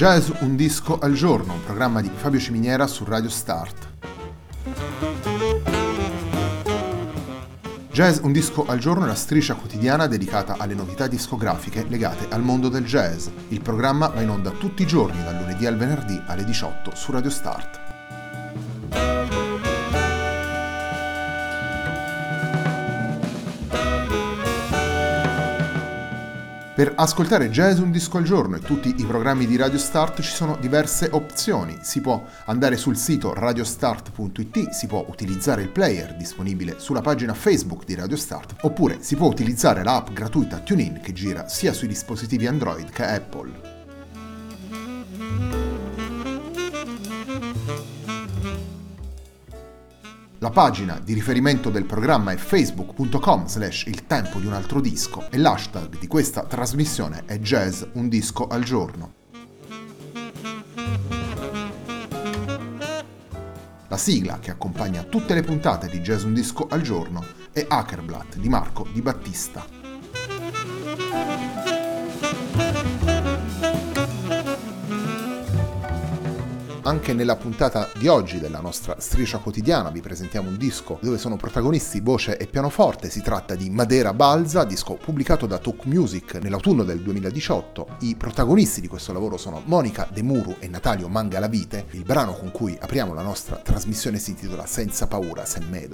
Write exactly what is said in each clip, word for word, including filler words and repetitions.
Jazz un disco al giorno, un programma di Fabio Ciminiera su Radio Start. Jazz un disco al giorno è la striscia quotidiana dedicata alle novità discografiche legate al mondo del jazz. Il programma va in onda tutti i giorni, dal lunedì al venerdì alle diciotto su Radio Start. Per ascoltare Jazz un disco al giorno e tutti i programmi di Radio Start ci sono diverse opzioni. Si può andare sul sito radiostart punto it, si può utilizzare il player disponibile sulla pagina Facebook di Radio Start, oppure si può utilizzare l'app gratuita TuneIn che gira sia sui dispositivi Android che Apple. La pagina di riferimento del programma è facebook punto com slash il tempo di un altro disco e l'hashtag di questa trasmissione è Jazz un disco al giorno. La sigla che accompagna tutte le puntate di Jazz un disco al giorno è Hackerblatt di Marco Di Battista. Anche nella puntata di oggi della nostra striscia quotidiana vi presentiamo un disco dove sono protagonisti voce e pianoforte. Si tratta di Madera Balza, disco pubblicato da Talk Music nell'autunno del duemiladiciotto. I protagonisti di questo lavoro sono Monica De Muru e Natalio Mangalavite. Il brano con cui apriamo la nostra trasmissione si intitola Senza paura, Semmedo.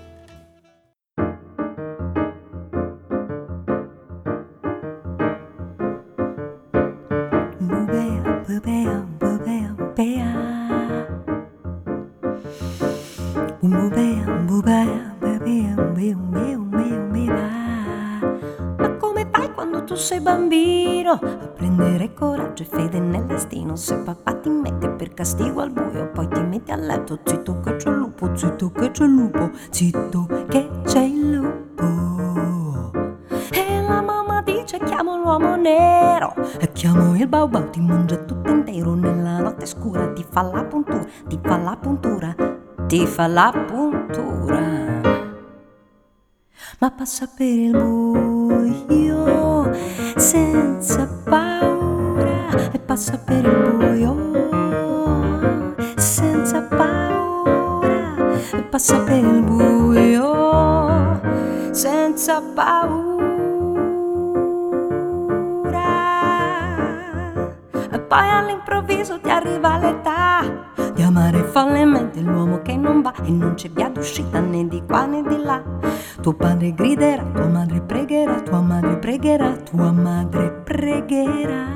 Ma come fai quando tu sei bambino a prendere coraggio e fede nel destino? Se papà ti mette per castigo al buio, poi ti metti a letto, zitto che c'è il lupo, zitto che c'è il lupo, zitto che c'è il lupo. E la mamma dice chiamo l'uomo nero e chiamo il baobab, ti mangia tutto intero. Nella notte scura ti fa la puntura, ti fa la puntura, ti fa la puntura. Ma passa per il buio senza paura, e passa per il buio senza paura, e passa per il buio senza paura. E poi all'improvviso ti arriva l'età di amare follemente l'uomo che non va, e non c'è via d'uscita né di qua né di là. Tuo padre griderà, tua madre pregherà, tua madre pregherà, tua madre pregherà.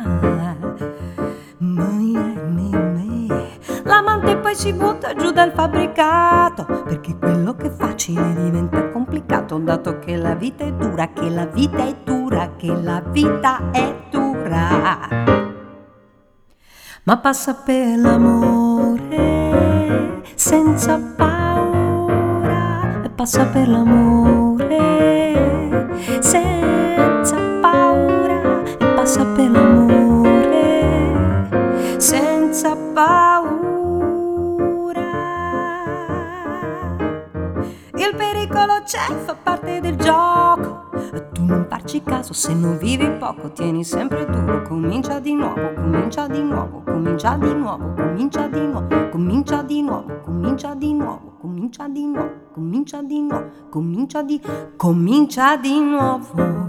L'amante poi si butta giù dal fabbricato, perché quello che è facile diventa complicato, dato che la vita è dura, che la vita è dura, che la vita è dura. Ma passa per l'amore senza paura, e passa per l'amore senza paura, e passa per l'amore senza paura. Il pericolo c'è, fa parte del gioco, tu non farci caso se non vivi poco, tieni sempre duro, comincia di nuovo, comincia di nuovo, comincia di nuovo, comincia di nuovo, comincia di nuovo, comincia di nuovo, comincia di nuovo, comincia di nuovo, comincia di comincia di nuovo.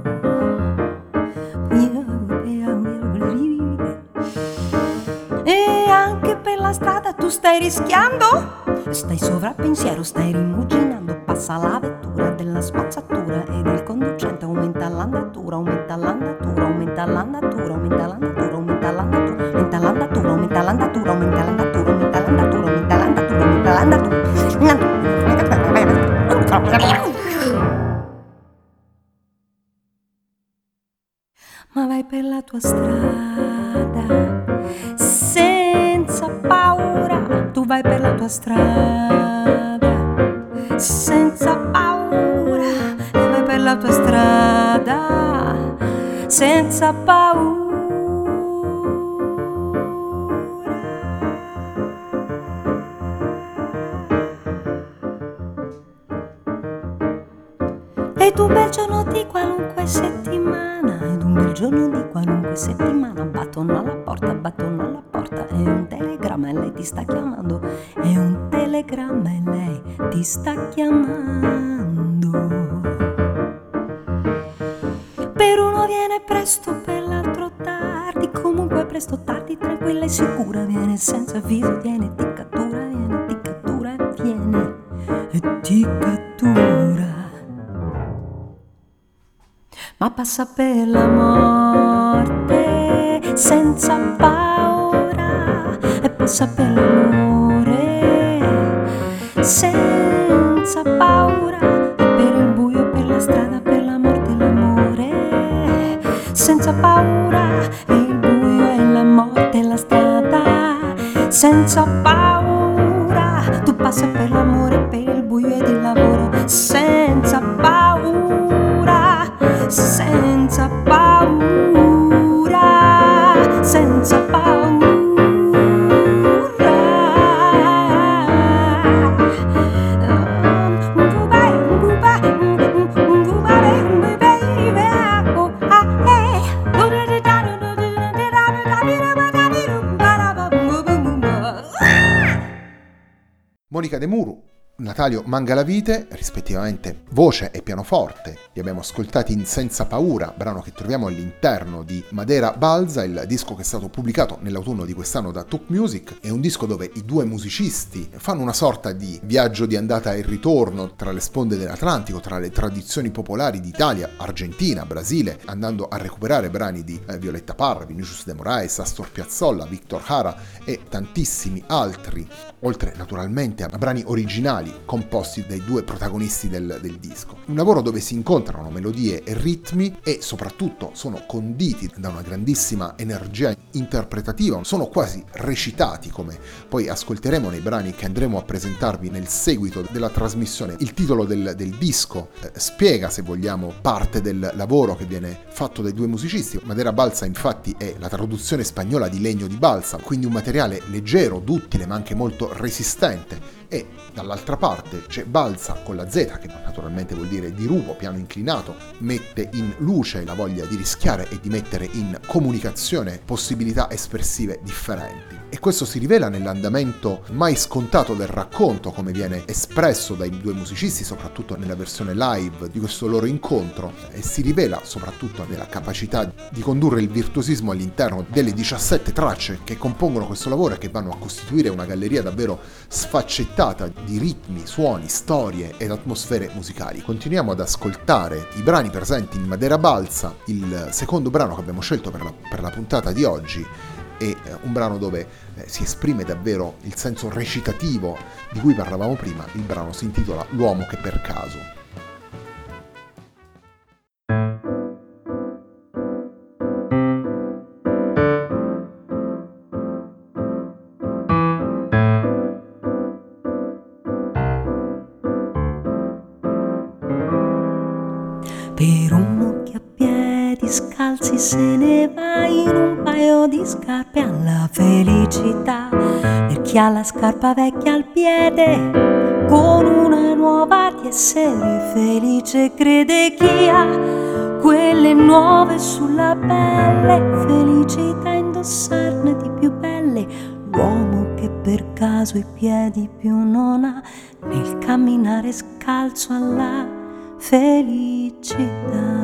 E anche per la strada tu stai rischiando, stai sovrappensiero, stai rimuginando, passa la vettura della spazzatura ed il conducente aumenta l'andatura, aumenta l'andatura, aumenta l'andatura, aumenta l'andatura, aumenta l'andatura, aumenta l'andatura, aumenta l'andatura, aumenta l'andatura, aumenta l'andatura, aumenta l'andatura, aumenta l'andatura. Ma vai per la tua strada senza paura, tu vai per la tua strada senza paura, e vai per la tua strada senza paura. Ed un bel giorno di qualunque settimana, ed un bel giorno di qualunque settimana battono alla porta porta, battono alla porta, è un telegramma e lei ti sta chiamando, è un telegramma e lei ti sta chiamando. Per uno viene presto, per l'altro tardi, comunque presto tardi, tranquilla e sicura, viene senza avviso, viene ti cattura, viene ti cattura e viene e ti cattura. Ma passa per la morte senza paura e passa per l'amore senza paura e per il buio, per la strada, per la morte e l'amore senza paura e il buio e la morte e la strada senza paura. Tu passa per l'amore, per il buio ed il lavoro senza paura, senza paura, senza paura. Monica De Muro, Natalio Mangalavite, rispettivamente voce e pianoforte, li abbiamo ascoltati in Senza Paura, brano che troviamo all'interno di Madera Balza, il disco che è stato pubblicato nell'autunno di quest'anno da Tuk Music. È un disco dove i due musicisti fanno una sorta di viaggio di andata e ritorno tra le sponde dell'Atlantico, tra le tradizioni popolari d'Italia, Argentina, Brasile, andando a recuperare brani di eh, Violetta Parra, Vinicius de Moraes, Astor Piazzolla, Victor Jara e tantissimi altri, oltre naturalmente a brani originali composti dai due protagonisti del, del disco. Un lavoro dove si incontrano melodie e ritmi e soprattutto sono conditi da una grandissima energia interpretativa, sono quasi recitati, come poi ascolteremo nei brani che andremo a presentarvi nel seguito della trasmissione. Il titolo del, del disco eh, spiega, se vogliamo, parte del lavoro che viene fatto dai due musicisti. Madera Balsa infatti è la traduzione spagnola di legno di balsa, quindi un materiale leggero, duttile ma anche molto resistente. E dall'altra parte c'è Balsa con la Z, che naturalmente vuol dire dirupo, piano inclinato, mette in luce la voglia di rischiare e di mettere in comunicazione possibilità espressive differenti. E questo si rivela nell'andamento mai scontato del racconto, come viene espresso dai due musicisti, soprattutto nella versione live di questo loro incontro, e si rivela soprattutto nella capacità di condurre il virtuosismo all'interno delle diciassette tracce che compongono questo lavoro e che vanno a costituire una galleria davvero sfaccettata di ritmi, suoni, storie ed atmosfere musicali. Continuiamo ad ascoltare i brani presenti in Madera Balsa, il secondo brano che abbiamo scelto per la, per la puntata di oggi, è eh, un brano dove eh, si esprime davvero il senso recitativo di cui parlavamo prima. Il brano si intitola L'uomo che per caso. Per uno che a piedi scalzi se ne va in un paio di scarpe alla felicità. Per chi ha la scarpa vecchia al piede, con una nuova di essere felice crede chi ha quelle nuove sulla pelle. Felicità indossarne di più belle, l'uomo che per caso i piedi più non ha nel camminare scalzo alla felicità.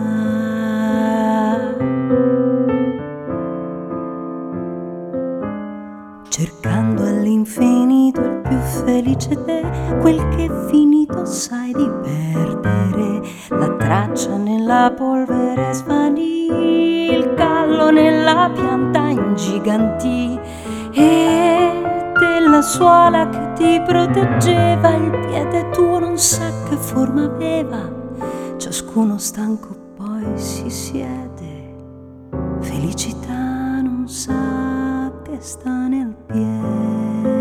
Cercando all'infinito il più felice te, quel che finito sai di perdere. La traccia nella polvere svanì, il gallo nella pianta ingigantì, e della suola che ti proteggeva il piede tuo non sa che forma aveva. Ciascuno stanco poi si siede, felicità non sa che sta nel piede.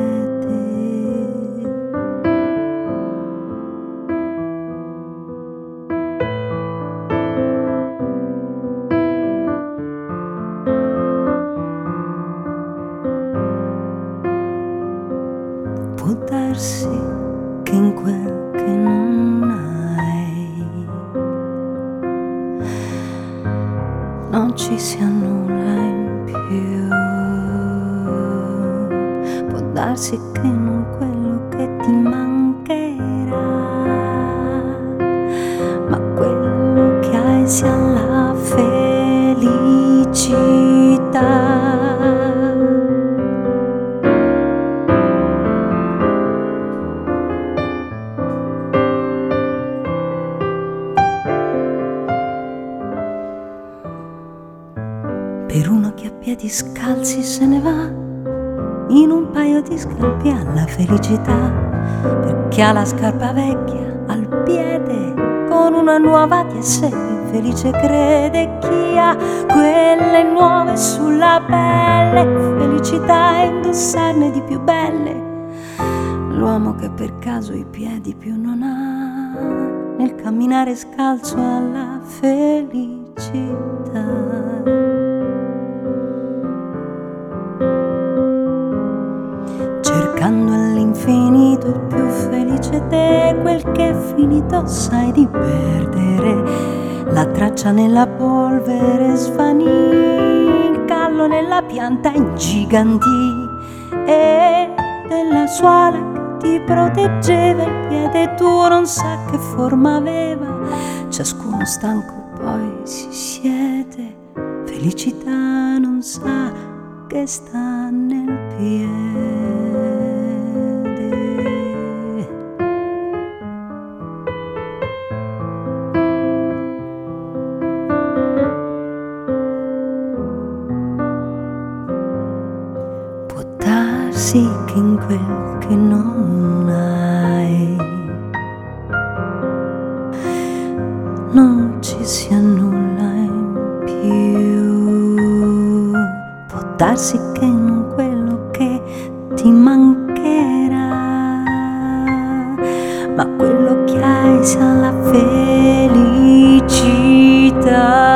Può darsi che in quel che non hai non ci sia nulla in più. darsi che non quello che ti mancherà, ma quello che hai sia la felicità. Per uno che a piedi scalzi se ne va in un paio di scarpe alla felicità, per chi ha la scarpa vecchia al piede con una nuova di sé felice crede, chi ha quelle nuove sulla pelle felicità e indossarne di più belle. L'uomo che per caso i piedi più non ha nel camminare scalzo alla felicità. Cercando all'infinito il più felice te, quel che è finito sai di perdere, la traccia nella polvere svanì, il callo nella pianta ingigantì, e della suola che ti proteggeva il piede tuo non sa che forma aveva, ciascuno stanco poi si siede, felicità non sa che sta nel piede. Può darsi che in quel che non hai non ci sia nulla in più, può darsi che non quello che ti mancherà, ma quello che hai sia la felicità.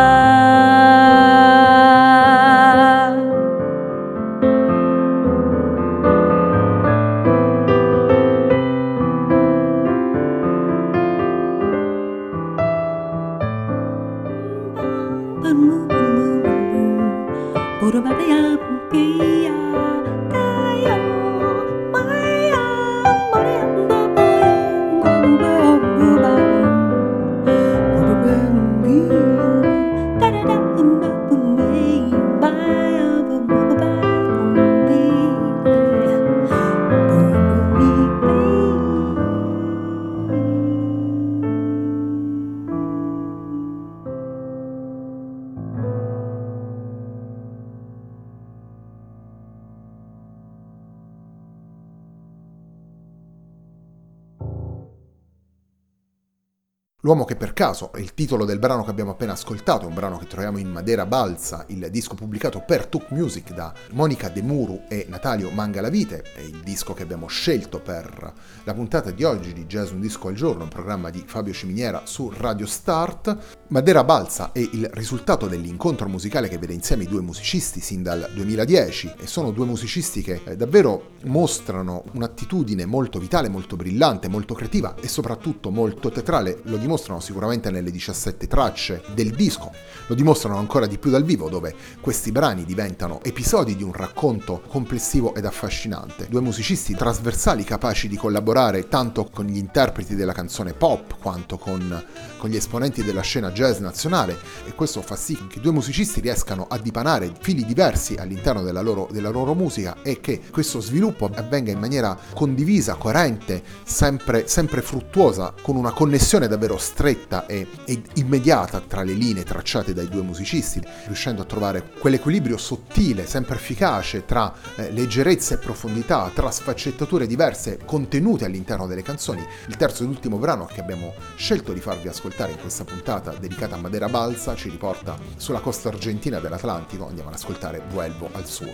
L'uomo che per caso è il titolo del brano che abbiamo appena ascoltato, è un brano che troviamo in Madera Balsa, il disco pubblicato per Tuk Music da Monica De Muru e Natalio Mangalavite, è il disco che abbiamo scelto per la puntata di oggi di Jazz Un Disco al Giorno, un programma di Fabio Ciminiera su Radio Start. Madera Balsa è il risultato dell'incontro musicale che vede insieme i due musicisti sin dal duemiladieci, e sono due musicisti che eh, davvero mostrano un'attitudine molto vitale, molto brillante, molto creativa e soprattutto molto teatrale. Lo dimostrano sicuramente nelle diciassette tracce del disco, lo dimostrano ancora di più dal vivo, dove questi brani diventano episodi di un racconto complessivo ed affascinante. Due musicisti trasversali capaci di collaborare tanto con gli interpreti della canzone pop quanto con, con gli esponenti della scena jazz nazionale, e questo fa sì che i due musicisti riescano a dipanare fili diversi all'interno della loro, della loro musica, e che questo sviluppo avvenga in maniera condivisa, coerente, sempre, sempre fruttuosa, con una connessione davvero stretta e, e immediata tra le linee tracciate dai due musicisti, riuscendo a trovare quell'equilibrio sottile, sempre efficace tra eh, leggerezza e profondità, tra sfaccettature diverse contenute all'interno delle canzoni. Il terzo ed ultimo brano che abbiamo scelto di farvi ascoltare in questa puntata dedicata a Madera Balsa ci riporta sulla costa argentina dell'Atlantico. Andiamo ad ascoltare Vuelvo al Sur.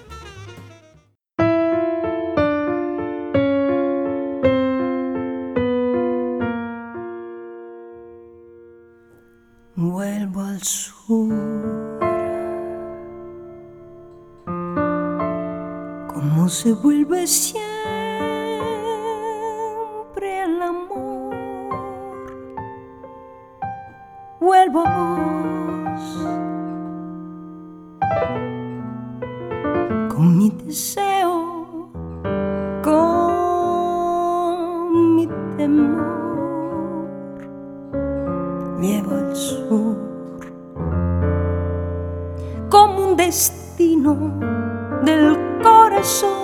Vuelvo al sur, como se vuelve siempre al amor. Vuelvo a vos, con mi deseo del corazón.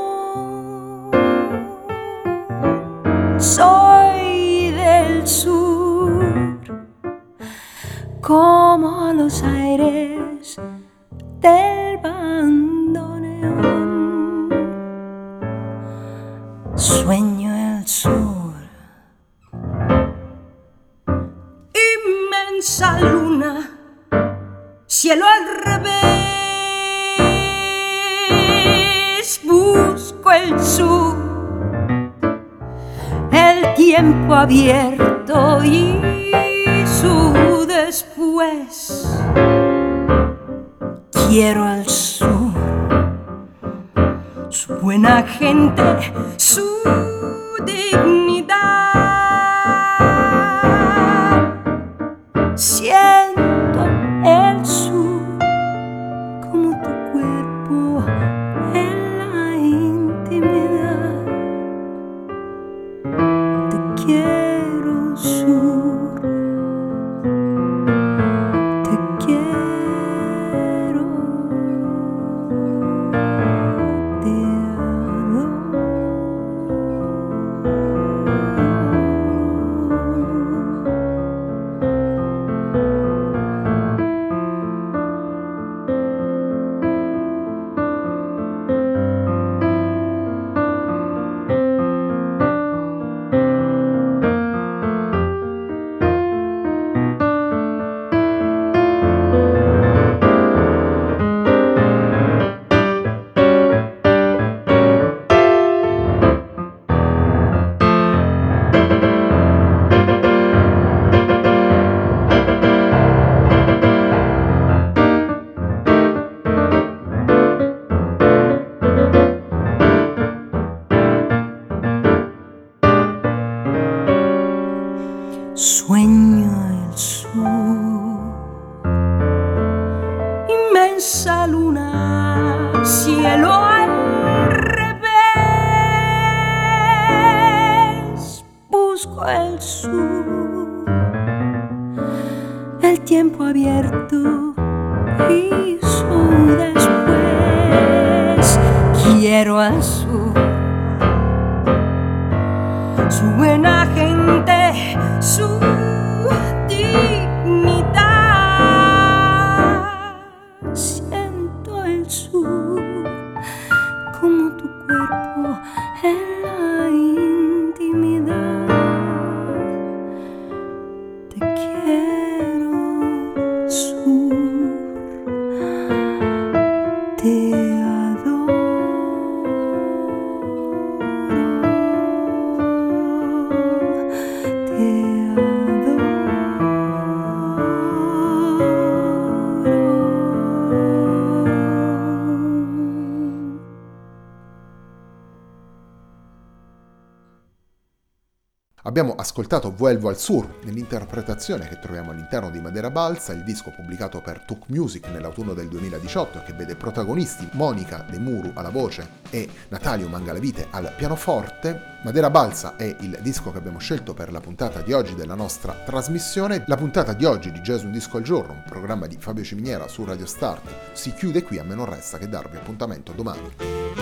Soy del sur, como los aires del bandoneón. Sueño el sur, inmensa luna, cielo al revés. Busco el sur, el tiempo abierto y su después. Quiero al sur, su buena gente, su dignidad. Siento el sur como tu cuerpo en la intimidad. Te quiero sur, te quiero, te adoro. Sueño el sur, inmensa luna, cielo al revés. Busco el sur, el tiempo abierto y su después. Quiero al sur, su buena gente, su dignidad. Siento el sur como tu cuerpo en la intimidad. Te quiero sur, te adoro. Abbiamo ascoltato Vuelvo al Sur nell'interpretazione che troviamo all'interno di Madera Balsa, il disco pubblicato per Tuk Music nell'autunno del duemiladiciotto, che vede protagonisti Monica De Muru alla voce e Natalio Mangalavite al pianoforte. Madera Balsa è il disco che abbiamo scelto per la puntata di oggi della nostra trasmissione. La puntata di oggi di Jazz Un Disco al Giorno, un programma di Fabio Ciminiera su Radio Start, si chiude qui. A me non resta che darvi appuntamento domani.